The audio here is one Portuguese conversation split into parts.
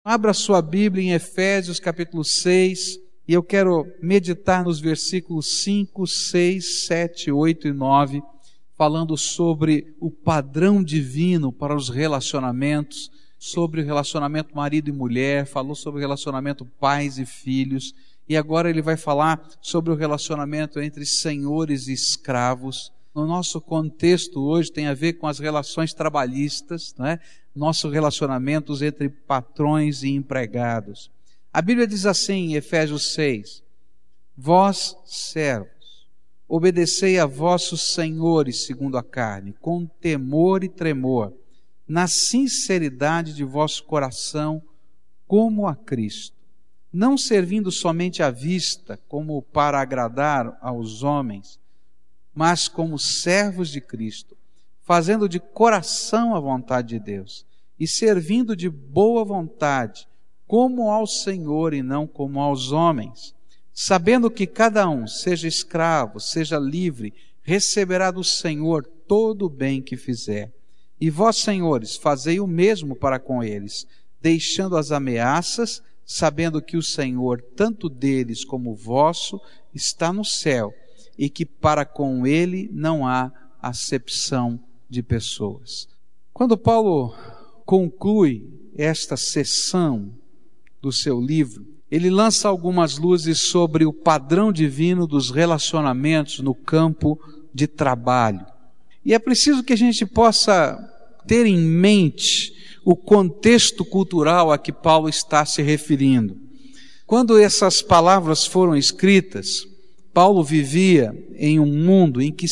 Abra sua Bíblia em Efésios capítulo 6, e eu quero meditar nos versículos 5, 6, 7, 8 e 9, falando sobre o padrão divino para os relacionamentos, sobre o relacionamento marido e mulher, falou sobre o relacionamento pais e filhos, e agora ele vai falar sobre o relacionamento entre senhores e escravos. No nosso contexto hoje tem a ver com as relações trabalhistas, não é? Nossos relacionamentos entre patrões e empregados. A Bíblia diz assim em Efésios 6, vós, servos, obedecei a vossos senhores segundo a carne, com temor e tremor, na sinceridade de vosso coração, como a Cristo, não servindo somente à vista, como para agradar aos homens, mas como servos de Cristo, fazendo de coração a vontade de Deus e servindo de boa vontade, como ao Senhor e não como aos homens, sabendo que cada um, seja escravo, seja livre, receberá do Senhor todo o bem que fizer. E vós, senhores, fazei o mesmo para com eles, deixando as ameaças, sabendo que o Senhor, tanto deles como vosso, está no céu, e que para com ele não há acepção de pessoas. Quando Paulo conclui esta seção do seu livro, ele lança algumas luzes sobre o padrão divino dos relacionamentos no campo de trabalho. E é preciso que a gente possa ter em mente o contexto cultural a que Paulo está se referindo. Quando essas palavras foram escritas, Paulo vivia em um mundo em que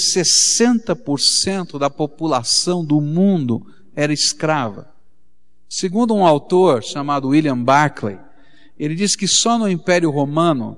60% da população do mundo era escrava. Segundo um autor chamado William Barclay, ele diz que só no Império Romano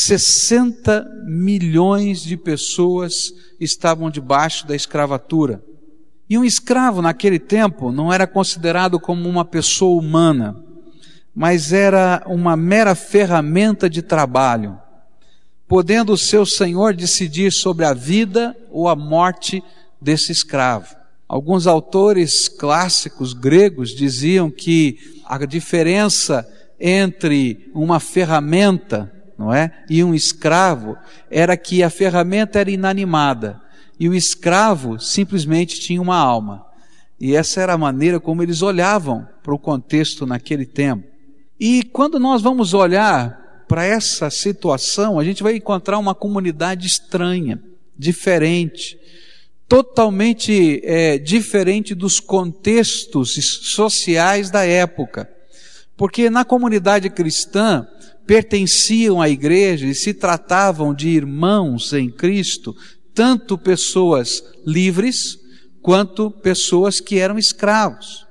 60 milhões de pessoas estavam debaixo da escravatura. E um escravo naquele tempo não era considerado como uma pessoa humana, mas era uma mera ferramenta de trabalho, podendo o seu senhor decidir sobre a vida ou a morte desse escravo. Alguns autores clássicos gregos diziam que a diferença entre uma ferramenta, não é, e um escravo era que a ferramenta era inanimada e o escravo simplesmente tinha uma alma. E essa era a maneira como eles olhavam para o contexto naquele tempo. E quando nós vamos olhar para essa situação, a gente vai encontrar uma comunidade estranha, diferente, totalmente diferente dos contextos sociais da época. Porque na comunidade cristã, pertenciam à igreja e se tratavam de irmãos em Cristo, tanto pessoas livres, quanto pessoas que eram escravos.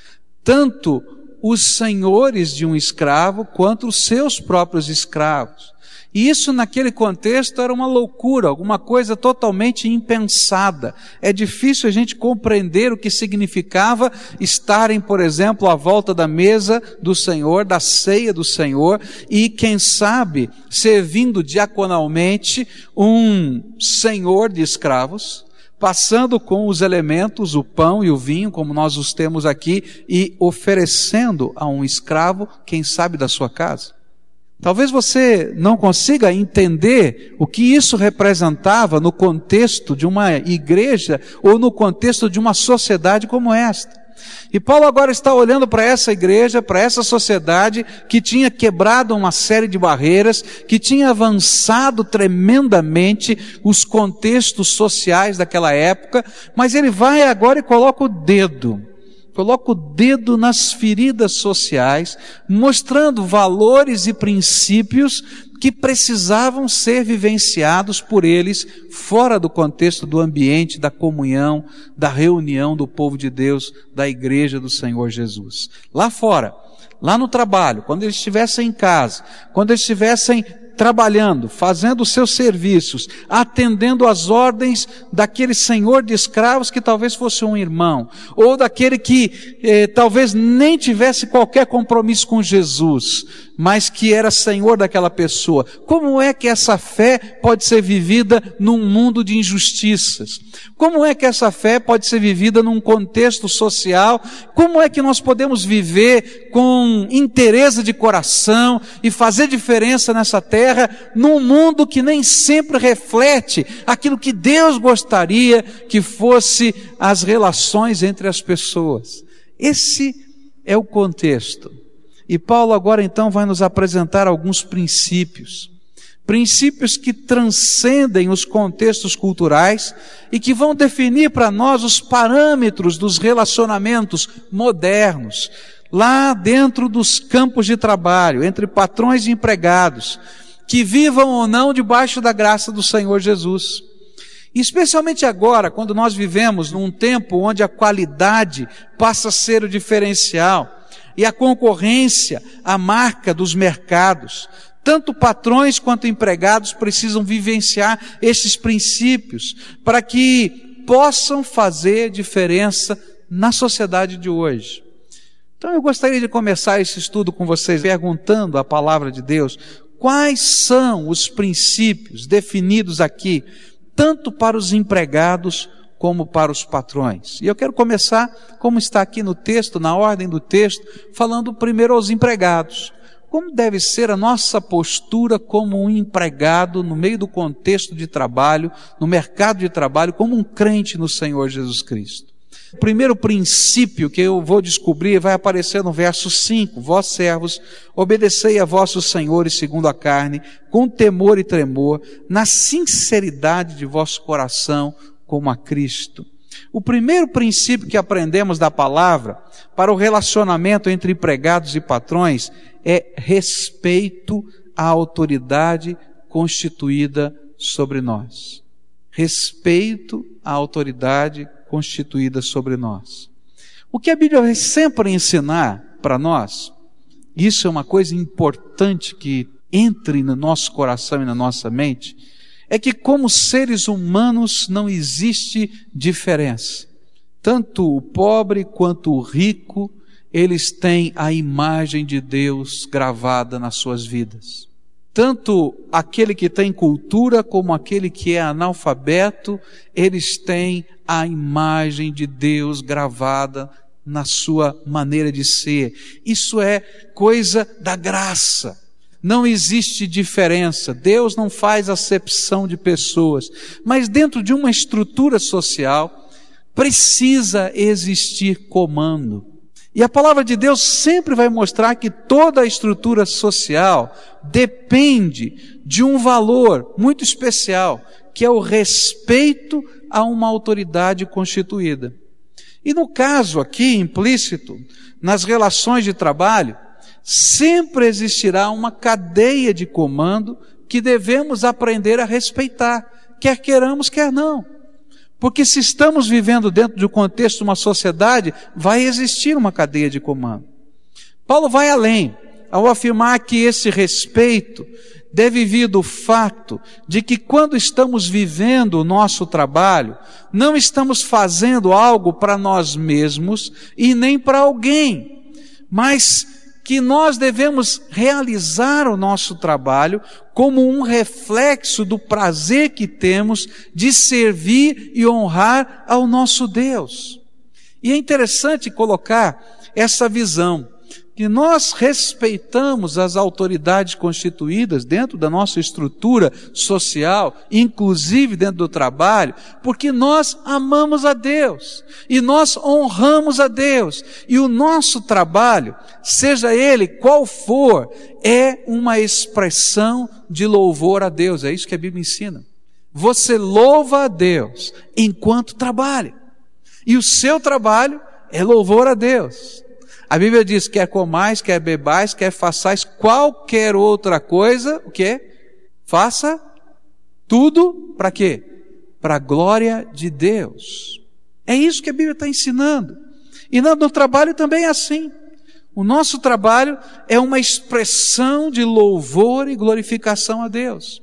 Tanto os senhores de um escravo, quanto os seus próprios escravos. E isso naquele contexto era uma loucura, alguma coisa totalmente impensada. É difícil a gente compreender o que significava estarem, por exemplo, à volta da mesa do Senhor, da ceia do Senhor, e quem sabe, servindo diaconalmente um senhor de escravos, passando com os elementos, o pão e o vinho, como nós os temos aqui, e oferecendo a um escravo, quem sabe da sua casa. Talvez você não consiga entender o que isso representava no contexto de uma igreja ou no contexto de uma sociedade como esta. E Paulo agora está olhando para essa igreja, para essa sociedade que tinha quebrado uma série de barreiras, que tinha avançado tremendamente os contextos sociais daquela época, mas ele vai agora e coloca o dedo nas feridas sociais, mostrando valores e princípios que precisavam ser vivenciados por eles fora do contexto do ambiente, da comunhão, da reunião do povo de Deus, da igreja do Senhor Jesus. Lá fora, lá no trabalho, quando eles estivessem em casa, quando eles estivessem trabalhando, fazendo os seus serviços, atendendo às ordens daquele senhor de escravos que talvez fosse um irmão, ou daquele que talvez nem tivesse qualquer compromisso com Jesus, mas que era senhor daquela pessoa. Como é que essa fé pode ser vivida num mundo de injustiças? Como é que essa fé pode ser vivida num contexto social? Como é que nós podemos viver com inteireza de coração e fazer diferença nessa terra, num mundo que nem sempre reflete aquilo que Deus gostaria que fosse as relações entre as pessoas? Esse é o contexto. E Paulo agora então vai nos apresentar alguns princípios que transcendem os contextos culturais e que vão definir para nós os parâmetros dos relacionamentos modernos, lá dentro dos campos de trabalho, entre patrões e empregados, que vivam ou não debaixo da graça do Senhor Jesus. E especialmente agora, quando nós vivemos num tempo onde a qualidade passa a ser o diferencial, e a concorrência, a marca dos mercados. Tanto patrões quanto empregados precisam vivenciar esses princípios para que possam fazer diferença na sociedade de hoje. Então eu gostaria de começar esse estudo com vocês perguntando à palavra de Deus quais são os princípios definidos aqui, tanto para os empregados como para os patrões. E eu quero começar, como está aqui no texto, na ordem do texto, falando primeiro aos empregados. Como deve ser a nossa postura como um empregado no meio do contexto de trabalho, no mercado de trabalho, como um crente no Senhor Jesus Cristo? O primeiro princípio que eu vou descobrir vai aparecer no verso 5. Vós servos, obedecei a vossos senhores segundo a carne, com temor e tremor, na sinceridade de vosso coração, como a Cristo. O primeiro princípio que aprendemos da palavra para o relacionamento entre empregados e patrões é respeito à autoridade constituída sobre nós. Respeito à autoridade constituída sobre nós. O que a Bíblia vai sempre ensinar para nós, isso é uma coisa importante que entre no nosso coração e na nossa mente, é que como seres humanos não existe diferença. Tanto o pobre quanto o rico, eles têm a imagem de Deus gravada nas suas vidas. Tanto aquele que tem cultura como aquele que é analfabeto, eles têm a imagem de Deus gravada na sua maneira de ser. Isso é coisa da graça. Não existe diferença. Deus não faz acepção de pessoas. Mas dentro de uma estrutura social, precisa existir comando. E a palavra de Deus sempre vai mostrar que toda a estrutura social depende de um valor muito especial, que é o respeito a uma autoridade constituída. E no caso aqui, implícito, nas relações de trabalho, sempre existirá uma cadeia de comando que devemos aprender a respeitar, quer queiramos, quer não. Porque se estamos vivendo dentro de um contexto de uma sociedade, vai existir uma cadeia de comando. Paulo vai além, ao afirmar que esse respeito deve vir do fato de que quando estamos vivendo o nosso trabalho, não estamos fazendo algo para nós mesmos e nem para alguém, mas que nós devemos realizar o nosso trabalho como um reflexo do prazer que temos de servir e honrar ao nosso Deus. E é interessante colocar essa visão, que nós respeitamos as autoridades constituídas dentro da nossa estrutura social, inclusive dentro do trabalho, porque nós amamos a Deus e nós honramos a Deus. E o nosso trabalho, seja ele qual for, é uma expressão de louvor a Deus. É isso que a Bíblia ensina. Você louva a Deus enquanto trabalha. E o seu trabalho é louvor a Deus. A Bíblia diz, quer comais, quer bebais, quer façais qualquer outra coisa, o quê? Faça tudo para quê? Para a glória de Deus. É isso que a Bíblia está ensinando. E no trabalho também é assim. O nosso trabalho é uma expressão de louvor e glorificação a Deus.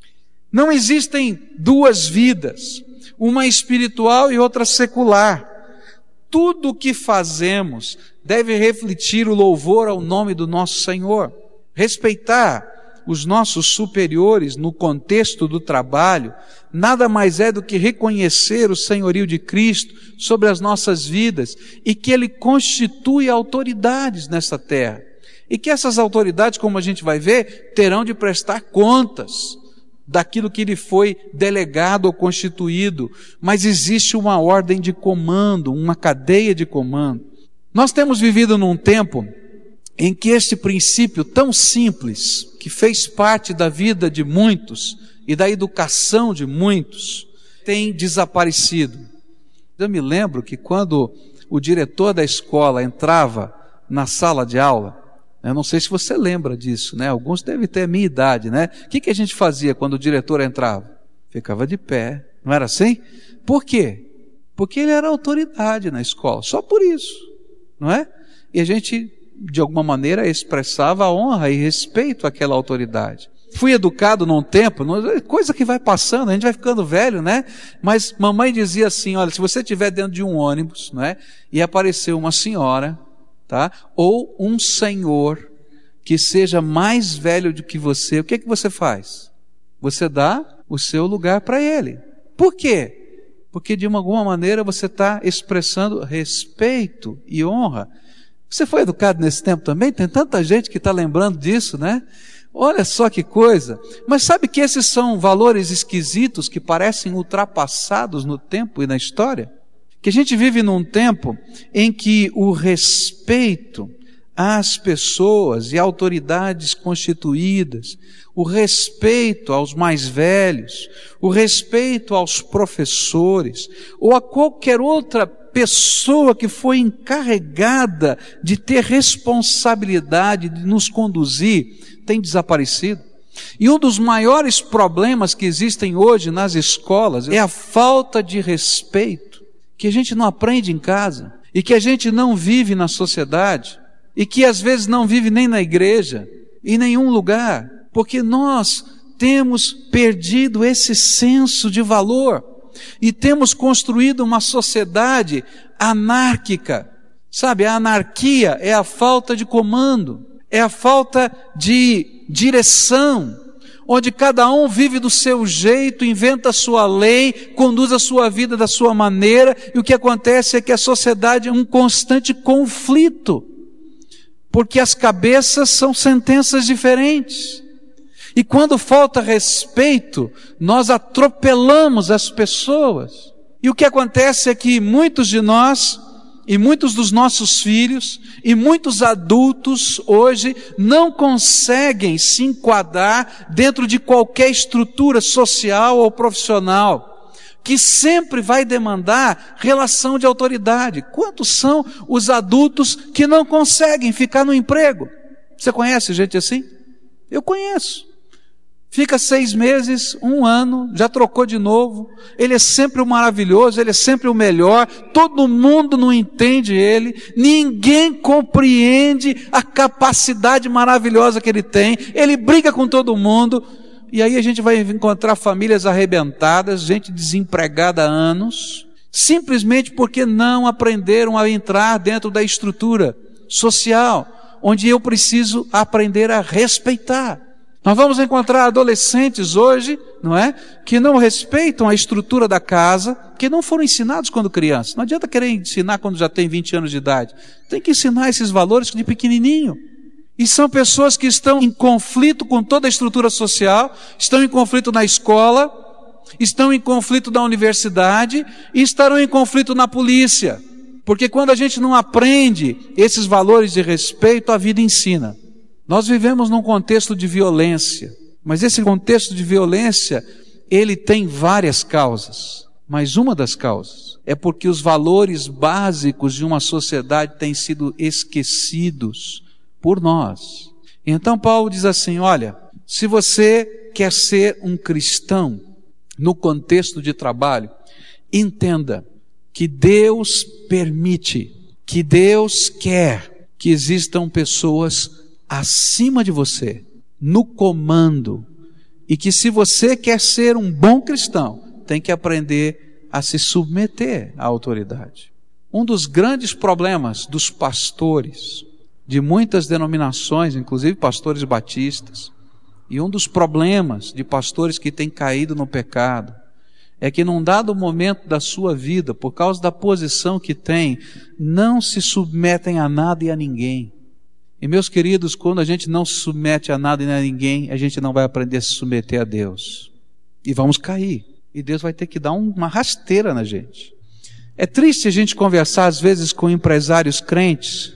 Não existem duas vidas, uma espiritual e outra secular. Tudo o que fazemos deve refletir o louvor ao nome do nosso Senhor. Respeitar os nossos superiores no contexto do trabalho nada mais é do que reconhecer o senhorio de Cristo sobre as nossas vidas e que Ele constitui autoridades nessa terra. E que essas autoridades, como a gente vai ver, terão de prestar contas daquilo que lhe foi delegado ou constituído. Mas existe uma ordem de comando, uma cadeia de comando. Nós temos vivido num tempo em que este princípio tão simples, que fez parte da vida de muitos e da educação de muitos, tem desaparecido. Eu me lembro que quando o diretor da escola entrava na sala de aula, eu não sei se você lembra disso, né? Alguns devem ter a minha idade, né? O que a gente fazia quando o diretor entrava? Ficava de pé, não era assim? Por quê? Porque ele era autoridade na escola, só por isso, não é? E a gente, de alguma maneira, expressava honra e respeito àquela autoridade. Fui educado num tempo, coisa que vai passando, a gente vai ficando velho, né? Mas mamãe dizia assim, olha, se você estiver dentro de um ônibus, não é? E apareceu uma senhora, tá? Ou um senhor que seja mais velho do que você, o que você faz? Você dá o seu lugar para ele. Por quê? Porque de alguma maneira você está expressando respeito e honra. Você foi educado nesse tempo também? Tem tanta gente que está lembrando disso, né? Olha só que coisa. Mas sabe que esses são valores esquisitos que parecem ultrapassados no tempo e na história? Que a gente vive num tempo em que o respeito às pessoas e autoridades constituídas, o respeito aos mais velhos, o respeito aos professores, ou a qualquer outra pessoa que foi encarregada de ter responsabilidade de nos conduzir, tem desaparecido. E um dos maiores problemas que existem hoje nas escolas é a falta de respeito, que a gente não aprende em casa, e que a gente não vive na sociedade, e que às vezes não vive nem na igreja, em nenhum lugar, porque nós temos perdido esse senso de valor, e temos construído uma sociedade anárquica. Sabe, a anarquia é a falta de comando, é a falta de direção, onde cada um vive do seu jeito, inventa a sua lei, conduz a sua vida da sua maneira, e o que acontece é que a sociedade é um constante conflito, porque as cabeças são sentenças diferentes. E quando falta respeito, nós atropelamos as pessoas. E o que acontece é que muitos de nós, e muitos dos nossos filhos, e muitos adultos hoje não conseguem se enquadrar dentro de qualquer estrutura social ou profissional, que sempre vai demandar relação de autoridade. Quantos são os adultos que não conseguem ficar no emprego? Você conhece gente assim? Eu conheço. Fica 6 meses, 1 ano, já trocou de novo. Ele é sempre o maravilhoso, ele é sempre o melhor. Todo mundo não entende ele. Ninguém compreende a capacidade maravilhosa que ele tem. Ele briga com todo mundo. E aí a gente vai encontrar famílias arrebentadas, gente desempregada há anos, simplesmente porque não aprenderam a entrar dentro da estrutura social, onde eu preciso aprender a respeitar. Nós vamos encontrar adolescentes hoje, não é? Que não respeitam a estrutura da casa, que não foram ensinados quando crianças. Não adianta querer ensinar quando já tem 20 anos de idade. Tem que ensinar esses valores de pequenininho. E são pessoas que estão em conflito com toda a estrutura social, estão em conflito na escola, estão em conflito na universidade e estarão em conflito na polícia. Porque quando a gente não aprende esses valores de respeito, a vida ensina. Nós vivemos num contexto de violência, mas esse contexto de violência, ele tem várias causas, mas uma das causas é porque os valores básicos de uma sociedade têm sido esquecidos por nós. Então Paulo diz assim, olha, se você quer ser um cristão no contexto de trabalho, entenda que Deus permite, que Deus quer que existam pessoas acima de você, no comando, e que se você quer ser um bom cristão, tem que aprender a se submeter à autoridade. Um dos grandes problemas dos pastores, de muitas denominações, inclusive pastores batistas, e um dos problemas de pastores que têm caído no pecado, é que num dado momento da sua vida, por causa da posição que tem, não se submetem a nada e a ninguém. E meus queridos, quando a gente não se submete a nada e a ninguém, a gente não vai aprender a se submeter a Deus. E vamos cair. E Deus vai ter que dar uma rasteira na gente. É triste a gente conversar às vezes com empresários crentes,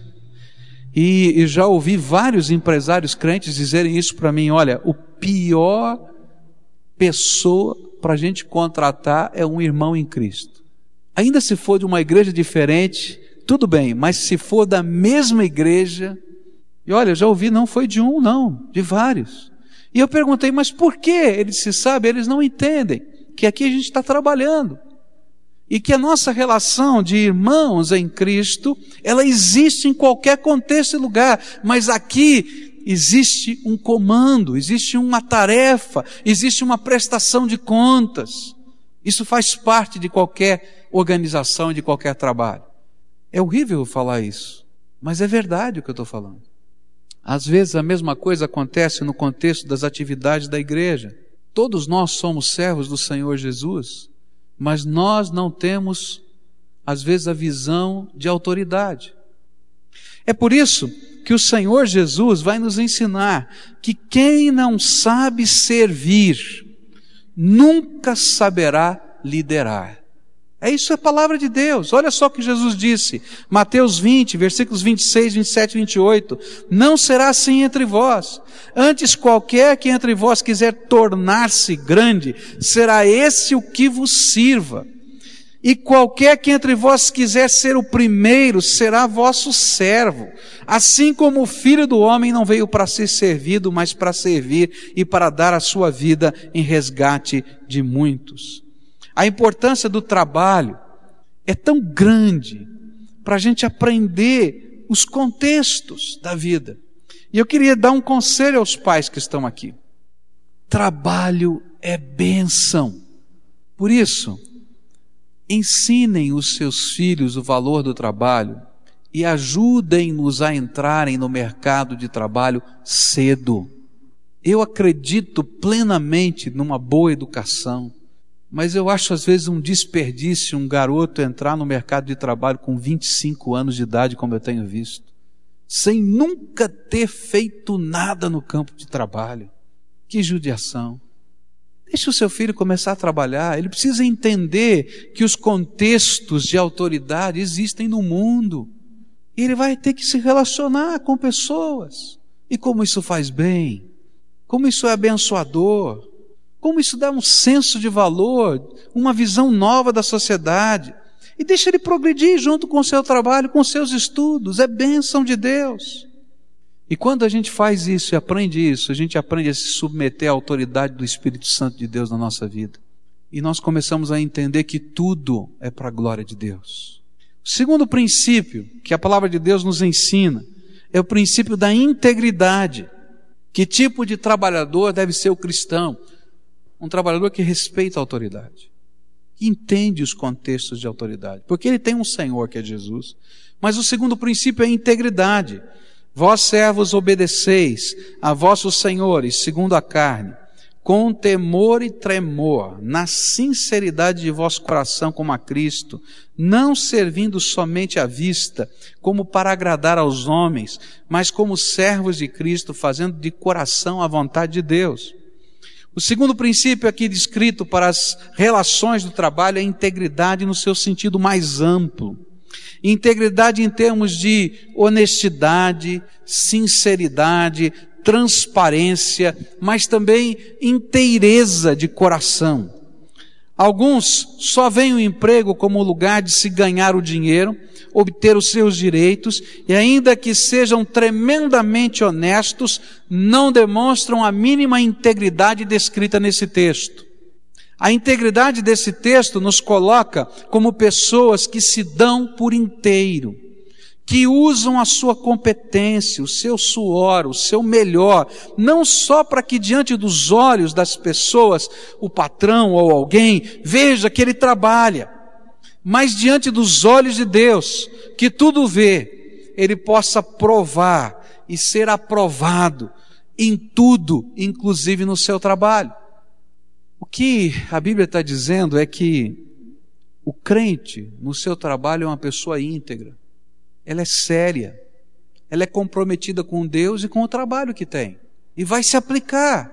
e já ouvi vários empresários crentes dizerem isso para mim: olha, o pior pessoa para a gente contratar é um irmão em Cristo. Ainda se for de uma igreja diferente, tudo bem, mas se for da mesma igreja, e olha, já ouvi, não foi de um, não, de vários. E eu perguntei, mas por quê? Ele disse, sabe, eles não entendem que aqui a gente está trabalhando. E que a nossa relação de irmãos em Cristo, ela existe em qualquer contexto e lugar, mas aqui existe um comando, existe uma tarefa, existe uma prestação de contas. Isso faz parte de qualquer organização, de qualquer trabalho. É horrível falar isso, mas é verdade o que eu estou falando. Às vezes a mesma coisa acontece no contexto das atividades da igreja. Todos nós somos servos do Senhor Jesus, mas nós não temos, às vezes, a visão de autoridade. É por isso que o Senhor Jesus vai nos ensinar que quem não sabe servir, nunca saberá liderar. Isso é a palavra de Deus. Olha só o que Jesus disse, Mateus 20, versículos 26, 27 e 28. Não será assim entre vós. Antes, qualquer que entre vós quiser tornar-se grande, será esse o que vos sirva. E qualquer que entre vós quiser ser o primeiro, será vosso servo. Assim como o Filho do Homem não veio para ser servido, mas para servir e para dar a sua vida em resgate de muitos. A importância do trabalho é tão grande para a gente aprender os contextos da vida. E eu queria dar um conselho aos pais que estão aqui. Trabalho é bênção. Por isso, ensinem os seus filhos o valor do trabalho e ajudem-nos a entrarem no mercado de trabalho cedo. Eu acredito plenamente numa boa educação, mas eu acho às vezes um desperdício um garoto entrar no mercado de trabalho com 25 anos de idade, como eu tenho visto, sem nunca ter feito nada no campo de trabalho. Que judiação. Deixe o seu filho começar a trabalhar. Ele precisa entender que os contextos de autoridade existem no mundo. E ele vai ter que se relacionar com pessoas. E como isso faz bem, como isso é abençoador, como isso dá um senso de valor, uma visão nova da sociedade. E deixa ele progredir junto com o seu trabalho, com os seus estudos. É bênção de Deus. E quando a gente faz isso e aprende isso, a gente aprende a se submeter à autoridade do Espírito Santo de Deus na nossa vida. E nós começamos a entender que tudo é para a glória de Deus. O segundo princípio que a palavra de Deus nos ensina é o princípio da integridade. Que tipo de trabalhador deve ser o cristão? Um trabalhador que respeita a autoridade, que entende os contextos de autoridade, porque ele tem um Senhor que é Jesus. Mas o segundo princípio é a integridade. Vós servos obedeceis a vossos senhores segundo a carne, com temor e tremor, na sinceridade de vosso coração como a Cristo, não servindo somente à vista, como para agradar aos homens, mas como servos de Cristo, fazendo de coração a vontade de Deus. O segundo princípio aqui descrito para as relações do trabalho é a integridade no seu sentido mais amplo. Integridade em termos de honestidade, sinceridade, transparência, mas também inteireza de coração. Alguns só veem o emprego como lugar de se ganhar o dinheiro, obter os seus direitos, e ainda que sejam tremendamente honestos, não demonstram a mínima integridade descrita nesse texto. A integridade desse texto nos coloca como pessoas que se dão por inteiro, que usam a sua competência, o seu suor, o seu melhor, não só para que diante dos olhos das pessoas, o patrão ou alguém veja que ele trabalha, mas diante dos olhos de Deus, que tudo vê, ele possa provar e ser aprovado em tudo, inclusive no seu trabalho. O que a Bíblia está dizendo é que o crente no seu trabalho é uma pessoa íntegra. Ela é séria, ela é comprometida com Deus e com o trabalho que tem, e vai se aplicar,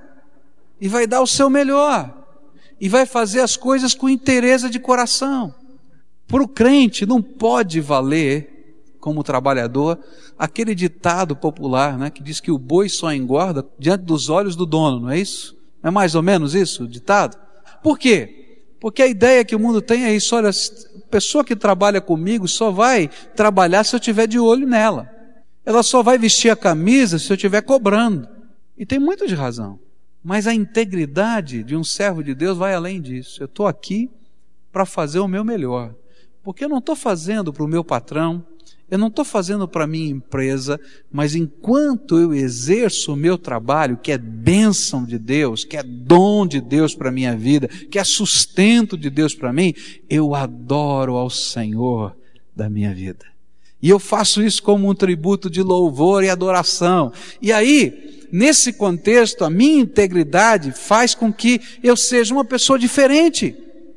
e vai dar o seu melhor, e vai fazer as coisas com interesse de coração. Para o crente não pode valer, como trabalhador, aquele ditado popular, né, que diz que o boi só engorda diante dos olhos do dono, não é isso? É mais ou menos isso o ditado? Por quê? Porque a ideia que o mundo tem é isso: olha, a pessoa que trabalha comigo só vai trabalhar se eu estiver de olho nela. Ela só vai vestir a camisa se eu estiver cobrando. E tem muito de razão. Mas a integridade de um servo de Deus vai além disso. Eu estou aqui para fazer o meu melhor. Porque eu não estou fazendo para o meu patrão, eu não estou fazendo para a minha empresa, mas enquanto eu exerço o meu trabalho, que é bênção de Deus, que é dom de Deus para a minha vida, que é sustento de Deus para mim, eu adoro ao Senhor da minha vida. E eu faço isso como um tributo de louvor e adoração. E aí, nesse contexto, a minha integridade faz com que eu seja uma pessoa diferente.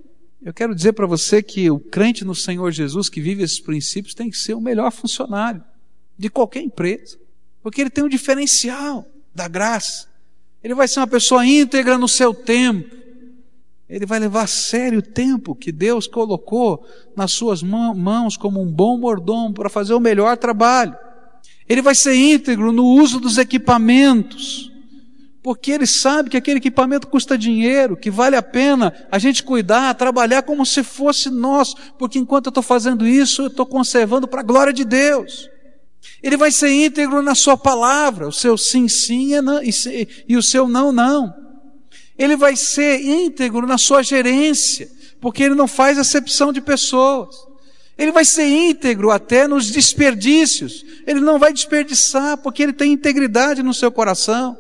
Eu quero dizer para você que o crente no Senhor Jesus que vive esses princípios tem que ser o melhor funcionário de qualquer empresa, porque ele tem um diferencial da graça. Ele vai ser uma pessoa íntegra no seu tempo, ele vai levar a sério o tempo que Deus colocou nas suas mãos como um bom mordomo para fazer o melhor trabalho. Ele vai ser íntegro no uso dos equipamentos, porque ele sabe que aquele equipamento custa dinheiro, que vale a pena a gente cuidar, trabalhar como se fosse nosso, porque enquanto eu estou fazendo isso, eu estou conservando para a glória de Deus. Ele vai ser íntegro na sua palavra, o seu sim, sim e o seu não, não. Ele vai ser íntegro na sua gerência, porque ele não faz acepção de pessoas. Ele vai ser íntegro até nos desperdícios, ele não vai desperdiçar, porque ele tem integridade no seu coração.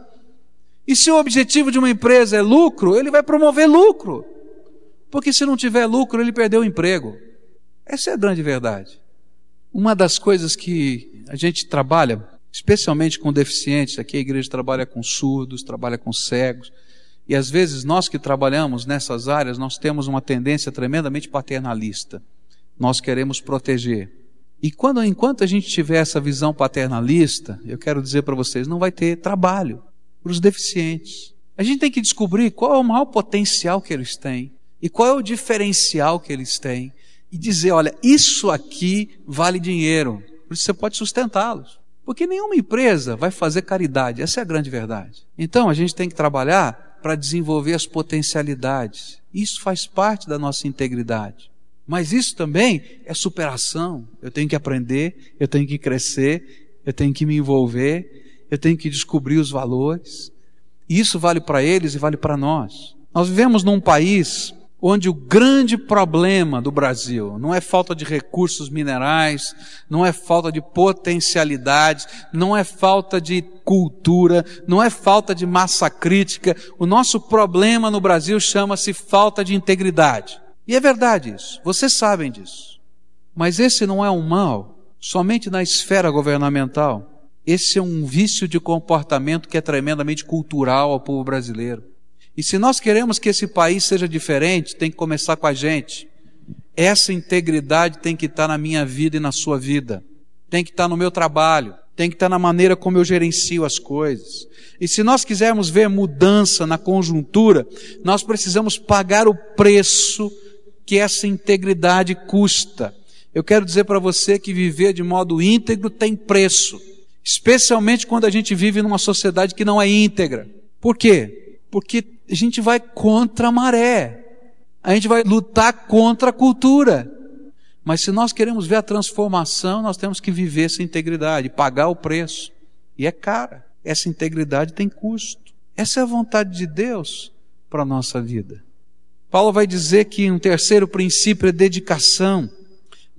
E se o objetivo de uma empresa é lucro, ele vai promover lucro. Porque se não tiver lucro, ele perdeu o emprego. Essa é a grande verdade. Uma das coisas que a gente trabalha, especialmente com deficientes, aqui a igreja trabalha com surdos, trabalha com cegos, e às vezes nós que trabalhamos nessas áreas, nós temos uma tendência tremendamente paternalista. Nós queremos proteger. E enquanto a gente tiver essa visão paternalista, eu quero dizer para vocês, não vai ter trabalho para os deficientes. A gente tem que descobrir qual é o maior potencial que eles têm e qual é o diferencial que eles têm e dizer, olha, isso aqui vale dinheiro, por isso você pode sustentá-los. Porque nenhuma empresa vai fazer caridade, essa é a grande verdade. Então a gente tem que trabalhar para desenvolver as potencialidades. Isso faz parte da nossa integridade. Mas isso também é superação. Eu tenho que aprender, eu tenho que crescer, eu tenho que me envolver, eu tenho que descobrir os valores. E isso vale para eles e vale para nós. Nós vivemos num país onde o grande problema do Brasil não é falta de recursos minerais, não é falta de potencialidades, não é falta de cultura, não é falta de massa crítica. O nosso problema no Brasil chama-se falta de integridade. E é verdade isso, vocês sabem disso. Mas esse não é um mal somente na esfera governamental. Esse é um vício de comportamento que é tremendamente cultural ao povo brasileiro. E se nós queremos que esse país seja diferente, tem que começar com a gente. Essa integridade tem que estar na minha vida e na sua vida. Tem que estar no meu trabalho. Tem que estar na maneira como eu gerencio as coisas. E se nós quisermos ver mudança na conjuntura, nós precisamos pagar o preço que essa integridade custa. Eu quero dizer para você que viver de modo íntegro tem preço. Especialmente quando a gente vive numa sociedade que não é íntegra. Por quê? Porque a gente vai contra a maré. A gente vai lutar contra a cultura. Mas se nós queremos ver a transformação, nós temos que viver essa integridade, pagar o preço. E é cara. Essa integridade tem custo. Essa é a vontade de Deus para a nossa vida. Paulo vai dizer que um terceiro princípio é dedicação.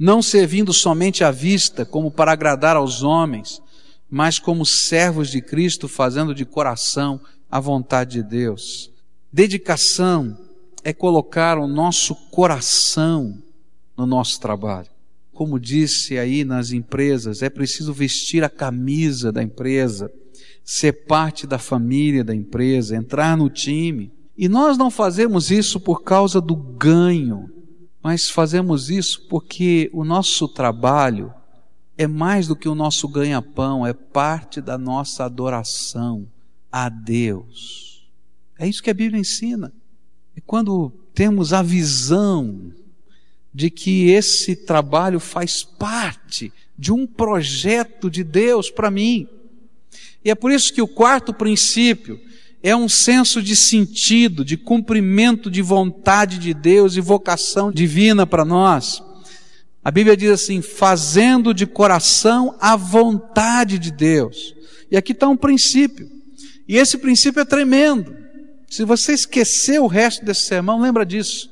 não servindo somente à vista, como para agradar aos homens, mas como servos de Cristo, fazendo de coração a vontade de Deus. Dedicação é colocar o nosso coração no nosso trabalho. Como disse aí nas empresas, é preciso vestir a camisa da empresa, ser parte da família da empresa, entrar no time. E nós não fazemos isso por causa do ganho, mas fazemos isso porque o nosso trabalho é mais do que o nosso ganha-pão, é parte da nossa adoração a Deus. É isso que a Bíblia ensina. E quando temos a visão de que esse trabalho faz parte de um projeto de Deus para mim, e é por isso que o quarto princípio é um senso de sentido, de cumprimento de vontade de Deus e vocação divina para nós. A Bíblia diz assim, fazendo de coração a vontade de Deus. E aqui está um princípio. E esse princípio é tremendo. Se você esquecer o resto desse sermão, lembra disso.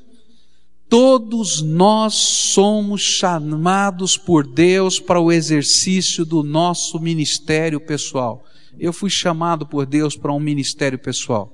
Todos nós somos chamados por Deus para o exercício do nosso ministério pessoal. Eu fui chamado por Deus para um ministério pessoal.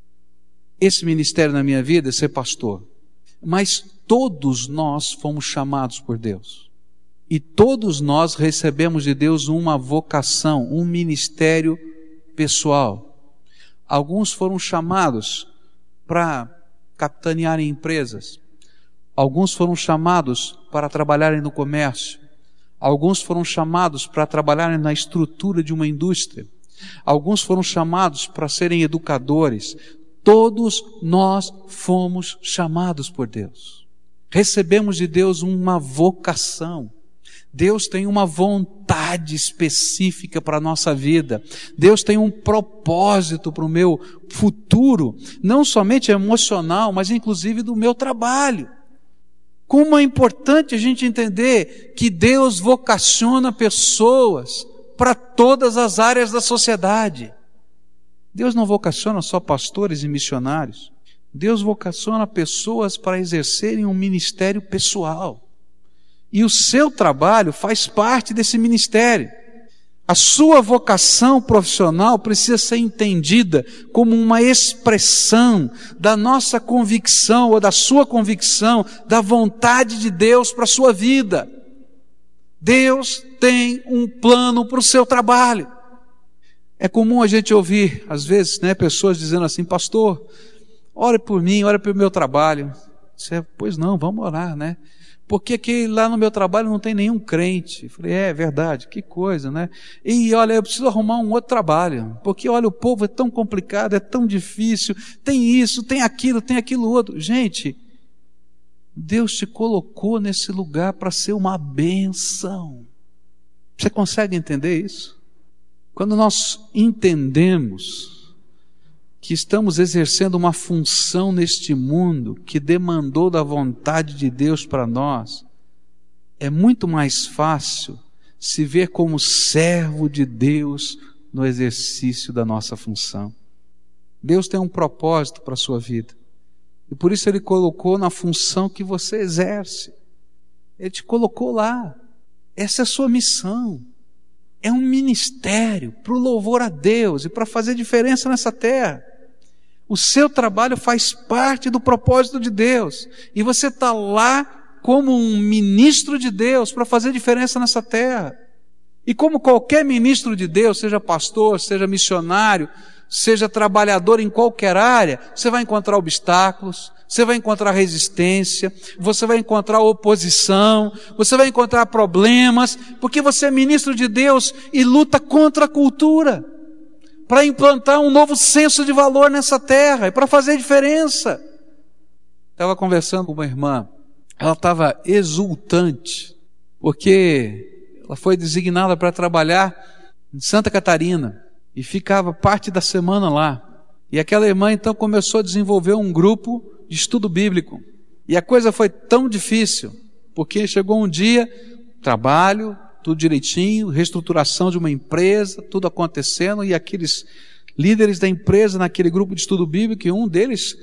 Esse ministério na minha vida é ser pastor. Mas todos nós fomos chamados por Deus. E todos nós recebemos de Deus uma vocação, um ministério pessoal. Alguns foram chamados para capitanearem empresas. Alguns foram chamados para trabalharem no comércio. Alguns foram chamados para trabalharem na estrutura de uma indústria. Alguns foram chamados para serem educadores. Todos nós fomos chamados por Deus. Recebemos de Deus uma vocação. Deus tem uma vontade específica para a nossa vida. Deus tem um propósito para o meu futuro, não somente emocional, mas inclusive do meu trabalho. Como é importante a gente entender que Deus vocaciona pessoas para todas as áreas da sociedade. Deus não vocaciona só pastores e missionários. Deus vocaciona pessoas para exercerem um ministério pessoal. E o seu trabalho faz parte desse ministério. A sua vocação profissional precisa ser entendida como uma expressão da nossa convicção ou da sua convicção, da vontade de Deus para a sua vida. Deus tem um plano para o seu trabalho. É comum a gente ouvir, às vezes, pessoas dizendo assim, pastor, ore por mim, ore pelo meu trabalho. Pois não, vamos orar, Porque aqui lá no meu trabalho não tem nenhum crente. Eu falei, é verdade, que coisa, E olha, eu preciso arrumar um outro trabalho, porque olha, o povo é tão complicado, é tão difícil, tem isso, tem aquilo outro. Gente, Deus te colocou nesse lugar para ser uma bênção. Você consegue entender isso? Quando nós entendemos que estamos exercendo uma função neste mundo que demandou da vontade de Deus para nós, é muito mais fácil se ver como servo de Deus no exercício da nossa função. Deus tem um propósito para a sua vida. E por isso Ele colocou na função que você exerce. Ele te colocou lá. Essa é a sua missão. É um ministério para o louvor a Deus e para fazer diferença nessa terra. O seu trabalho faz parte do propósito de Deus. E você está lá como um ministro de Deus para fazer diferença nessa terra. E como qualquer ministro de Deus, seja pastor, seja missionário, seja trabalhador em qualquer área, você vai encontrar obstáculos, você vai encontrar resistência, você vai encontrar oposição, você vai encontrar problemas, porque você é ministro de Deus e luta contra a cultura, para implantar um novo senso de valor nessa terra e para fazer diferença. Estava conversando com uma irmã, ela estava exultante, porque ela foi designada para trabalhar em Santa Catarina e ficava parte da semana lá. E aquela irmã então começou a desenvolver um grupo de estudo bíblico. E a coisa foi tão difícil, porque chegou um dia, trabalho, tudo direitinho, reestruturação de uma empresa, tudo acontecendo, e aqueles líderes da empresa naquele grupo de estudo bíblico, e um deles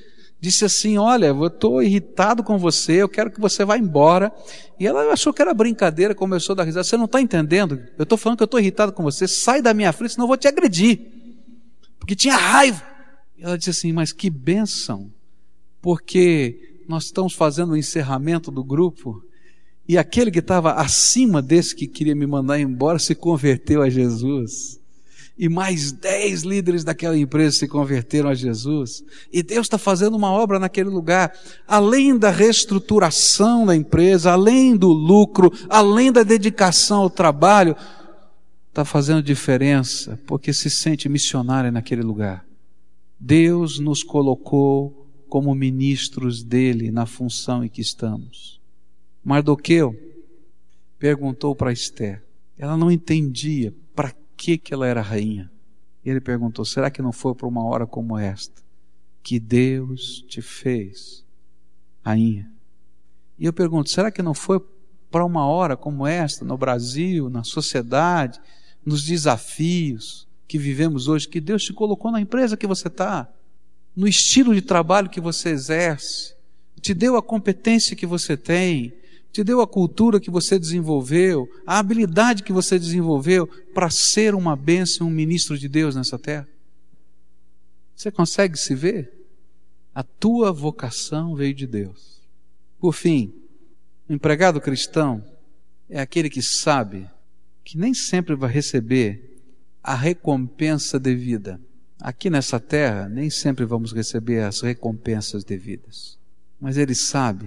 disse assim: olha, eu estou irritado com você, eu quero que você vá embora. E ela achou que era brincadeira, começou a dar risada. Você não está entendendo? Eu estou falando que eu estou irritado com você, sai da minha frente, senão eu vou te agredir. Porque tinha raiva. E ela disse assim: mas que bênção, porque nós estamos fazendo o encerramento do grupo, e aquele que estava acima desse que queria me mandar embora se converteu a Jesus. E mais 10 líderes daquela empresa se converteram a Jesus. E Deus está fazendo uma obra naquele lugar. Além da reestruturação da empresa, além do lucro, além da dedicação ao trabalho, está fazendo diferença, porque se sente missionário naquele lugar. Deus nos colocou como ministros dele na função em que estamos. Mardoqueu perguntou para Esther. Ela não entendia para que ela era rainha. E ele perguntou: será que não foi para uma hora como esta que Deus te fez rainha? E eu pergunto: será que não foi para uma hora como esta, no Brasil, na sociedade, nos desafios que vivemos hoje, que Deus te colocou na empresa que você está, no estilo de trabalho que você exerce, te deu a competência que você tem, te deu a cultura que você desenvolveu, a habilidade que você desenvolveu para ser uma bênção, um ministro de Deus nessa terra? Você consegue se ver? A tua vocação veio de Deus. Por fim, o empregado cristão é aquele que sabe que nem sempre vai receber a recompensa devida. Aqui nessa terra, nem sempre vamos receber as recompensas devidas. Mas ele sabe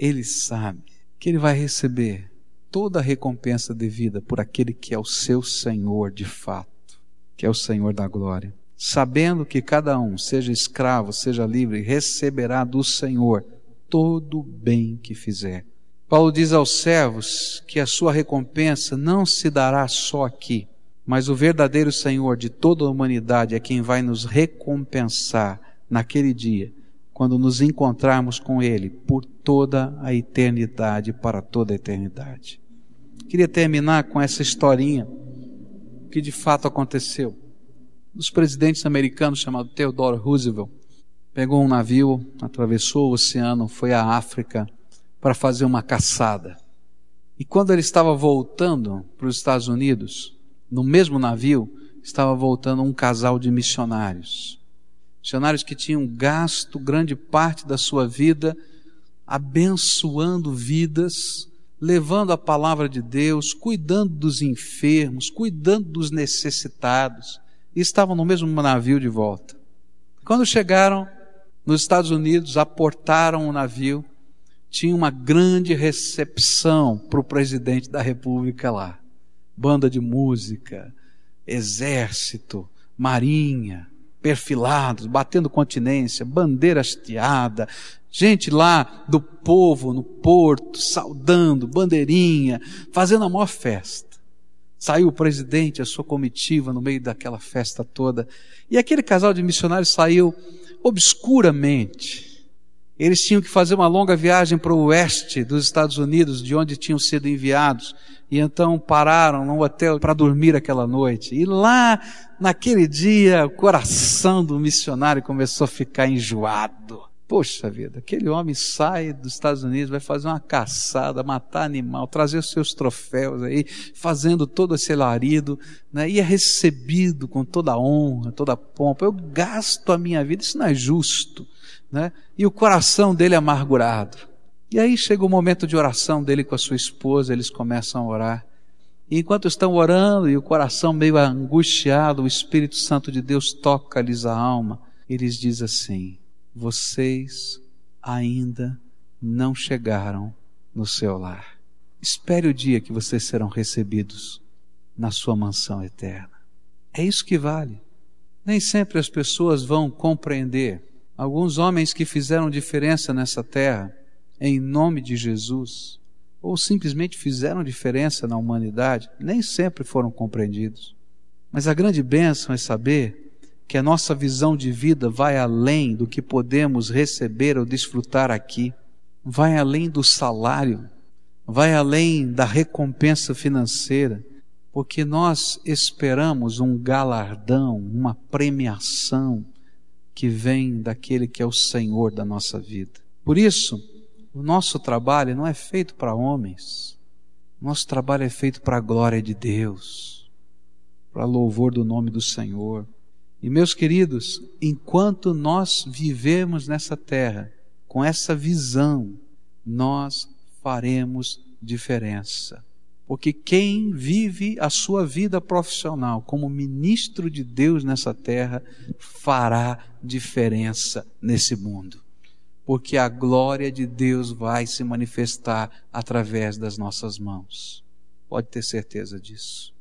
que ele vai receber toda a recompensa devida por aquele que é o seu Senhor de fato, que é o Senhor da glória. Sabendo que cada um, seja escravo, seja livre, receberá do Senhor todo o bem que fizer. Paulo diz aos servos que a sua recompensa não se dará só aqui, mas o verdadeiro Senhor de toda a humanidade é quem vai nos recompensar naquele dia, quando nos encontrarmos com Ele por toda a eternidade, para toda a eternidade. Queria terminar com essa historinha que de fato aconteceu. Um dos presidentes americanos, chamado Theodore Roosevelt, pegou um navio, atravessou o oceano, foi à África para fazer uma caçada. E quando ele estava voltando para os Estados Unidos, no mesmo navio, estava voltando um casal de missionários. Missionários que tinham gasto grande parte da sua vida abençoando vidas, levando a palavra de Deus, cuidando dos enfermos, cuidando dos necessitados, e estavam no mesmo navio de volta. Quando chegaram nos Estados Unidos, aportaram o navio, tinha uma grande recepção para o presidente da República lá. Banda de música, exército, marinha, perfilados, batendo continência, bandeira hasteada, gente lá do povo no porto, saudando, bandeirinha, fazendo a maior festa. Saiu o presidente, a sua comitiva no meio daquela festa toda, e aquele casal de missionários saiu obscuramente. Eles tinham que fazer uma longa viagem para o oeste dos Estados Unidos, de onde tinham sido enviados, e então pararam num hotel para dormir aquela noite. E lá, naquele dia, o coração do missionário começou a ficar enjoado. Poxa vida, aquele homem sai dos Estados Unidos, vai fazer uma caçada, matar animal, trazer os seus troféus aí, fazendo todo esse alarido, né? E é recebido com toda a honra, toda a pompa. Eu gasto a minha vida, isso não é justo, né? E o coração dele é amargurado. E aí chega o momento de oração dele com a sua esposa, eles começam a orar. E enquanto estão orando e o coração meio angustiado, o Espírito Santo de Deus toca-lhes a alma. Eles dizem assim: vocês ainda não chegaram no seu lar. Espere o dia que vocês serão recebidos na sua mansão eterna. É isso que vale. Nem sempre as pessoas vão compreender. Alguns homens que fizeram diferença nessa terra, em nome de Jesus, ou simplesmente fizeram diferença na humanidade, nem sempre foram compreendidos. Mas a grande bênção é saber que a nossa visão de vida vai além do que podemos receber ou desfrutar aqui, vai além do salário, vai além da recompensa financeira, porque nós esperamos um galardão, uma premiação que vem daquele que é o Senhor da nossa vida. Por isso, o nosso trabalho não é feito para homens. Nosso trabalho é feito para a glória de Deus, para louvor do nome do Senhor. E meus queridos, enquanto nós vivemos nessa terra, com essa visão, nós faremos diferença. Porque quem vive a sua vida profissional como ministro de Deus nessa terra, fará diferença nesse mundo. Porque a glória de Deus vai se manifestar através das nossas mãos. Pode ter certeza disso.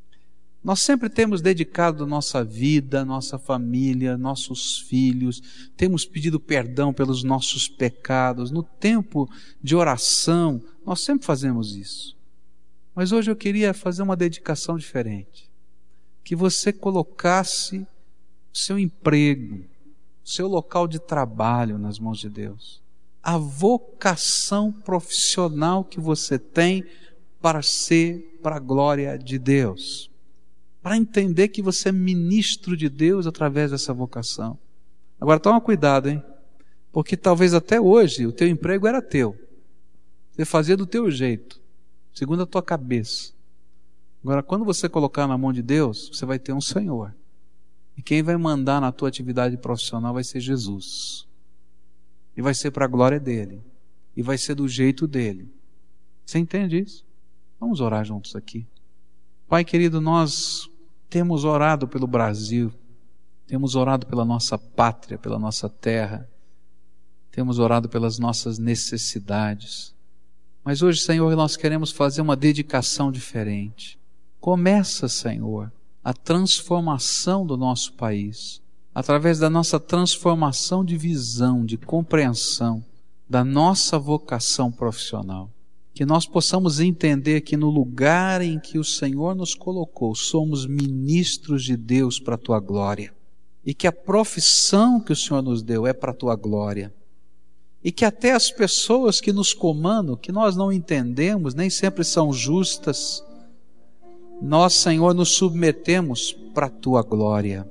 Nós sempre temos dedicado nossa vida, nossa família, nossos filhos, temos pedido perdão pelos nossos pecados. No tempo de oração, nós sempre fazemos isso. Mas hoje eu queria fazer uma dedicação diferente. Que você colocasse o seu emprego, o seu local de trabalho nas mãos de Deus. A vocação profissional que você tem para ser para a glória de Deus. Para entender que você é ministro de Deus através dessa vocação. Agora toma cuidado, hein? Porque talvez até hoje o teu emprego era teu. Você fazia do teu jeito, segundo a tua cabeça. Agora quando você colocar na mão de Deus, você vai ter um Senhor. E quem vai mandar na tua atividade profissional vai ser Jesus. E vai ser para a glória dele. E vai ser do jeito dele. Você entende isso? Vamos orar juntos aqui. Pai querido, nós temos orado pelo Brasil, temos orado pela nossa pátria, pela nossa terra, temos orado pelas nossas necessidades. Mas hoje, Senhor, nós queremos fazer uma dedicação diferente. Começa, Senhor, a transformação do nosso país, através da nossa transformação de visão, de compreensão da nossa vocação profissional. Que nós possamos entender que no lugar em que o Senhor nos colocou, somos ministros de Deus para a Tua glória. E que a profissão que o Senhor nos deu é para a Tua glória. E que até as pessoas que nos comandam, que nós não entendemos, nem sempre são justas, nós, Senhor, nos submetemos para a Tua glória.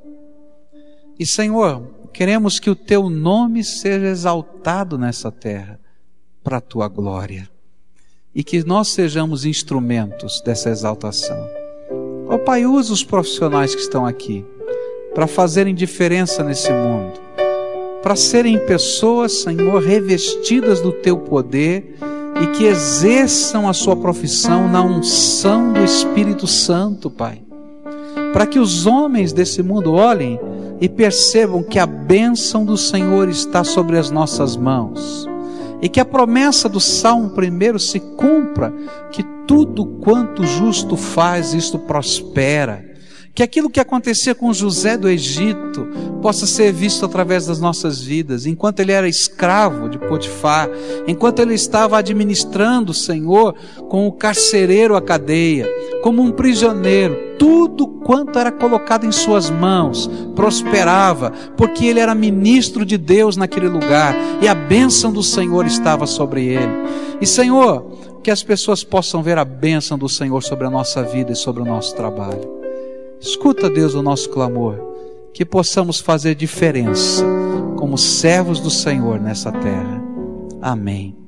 E, Senhor, queremos que o Teu nome seja exaltado nessa terra, para a Tua glória. E que nós sejamos instrumentos dessa exaltação. Ó Pai, usa os profissionais que estão aqui para fazerem diferença nesse mundo, para serem pessoas, Senhor, revestidas do Teu poder e que exerçam a sua profissão na unção do Espírito Santo, Pai. Para que os homens desse mundo olhem e percebam que a bênção do Senhor está sobre as nossas mãos. E que a promessa do Salmo 1 se cumpra, que tudo quanto o justo faz, isto prospera. Que aquilo que acontecia com José do Egito possa ser visto através das nossas vidas, enquanto ele era escravo de Potifar, enquanto ele estava administrando, Senhor, com o carcereiro à cadeia, como um prisioneiro, tudo quanto era colocado em suas mãos prosperava, porque ele era ministro de Deus naquele lugar, e a bênção do Senhor estava sobre ele. E Senhor, que as pessoas possam ver a bênção do Senhor sobre a nossa vida e sobre o nosso trabalho. Escuta, Deus, o nosso clamor, que possamos fazer diferença como servos do Senhor nessa terra. Amém.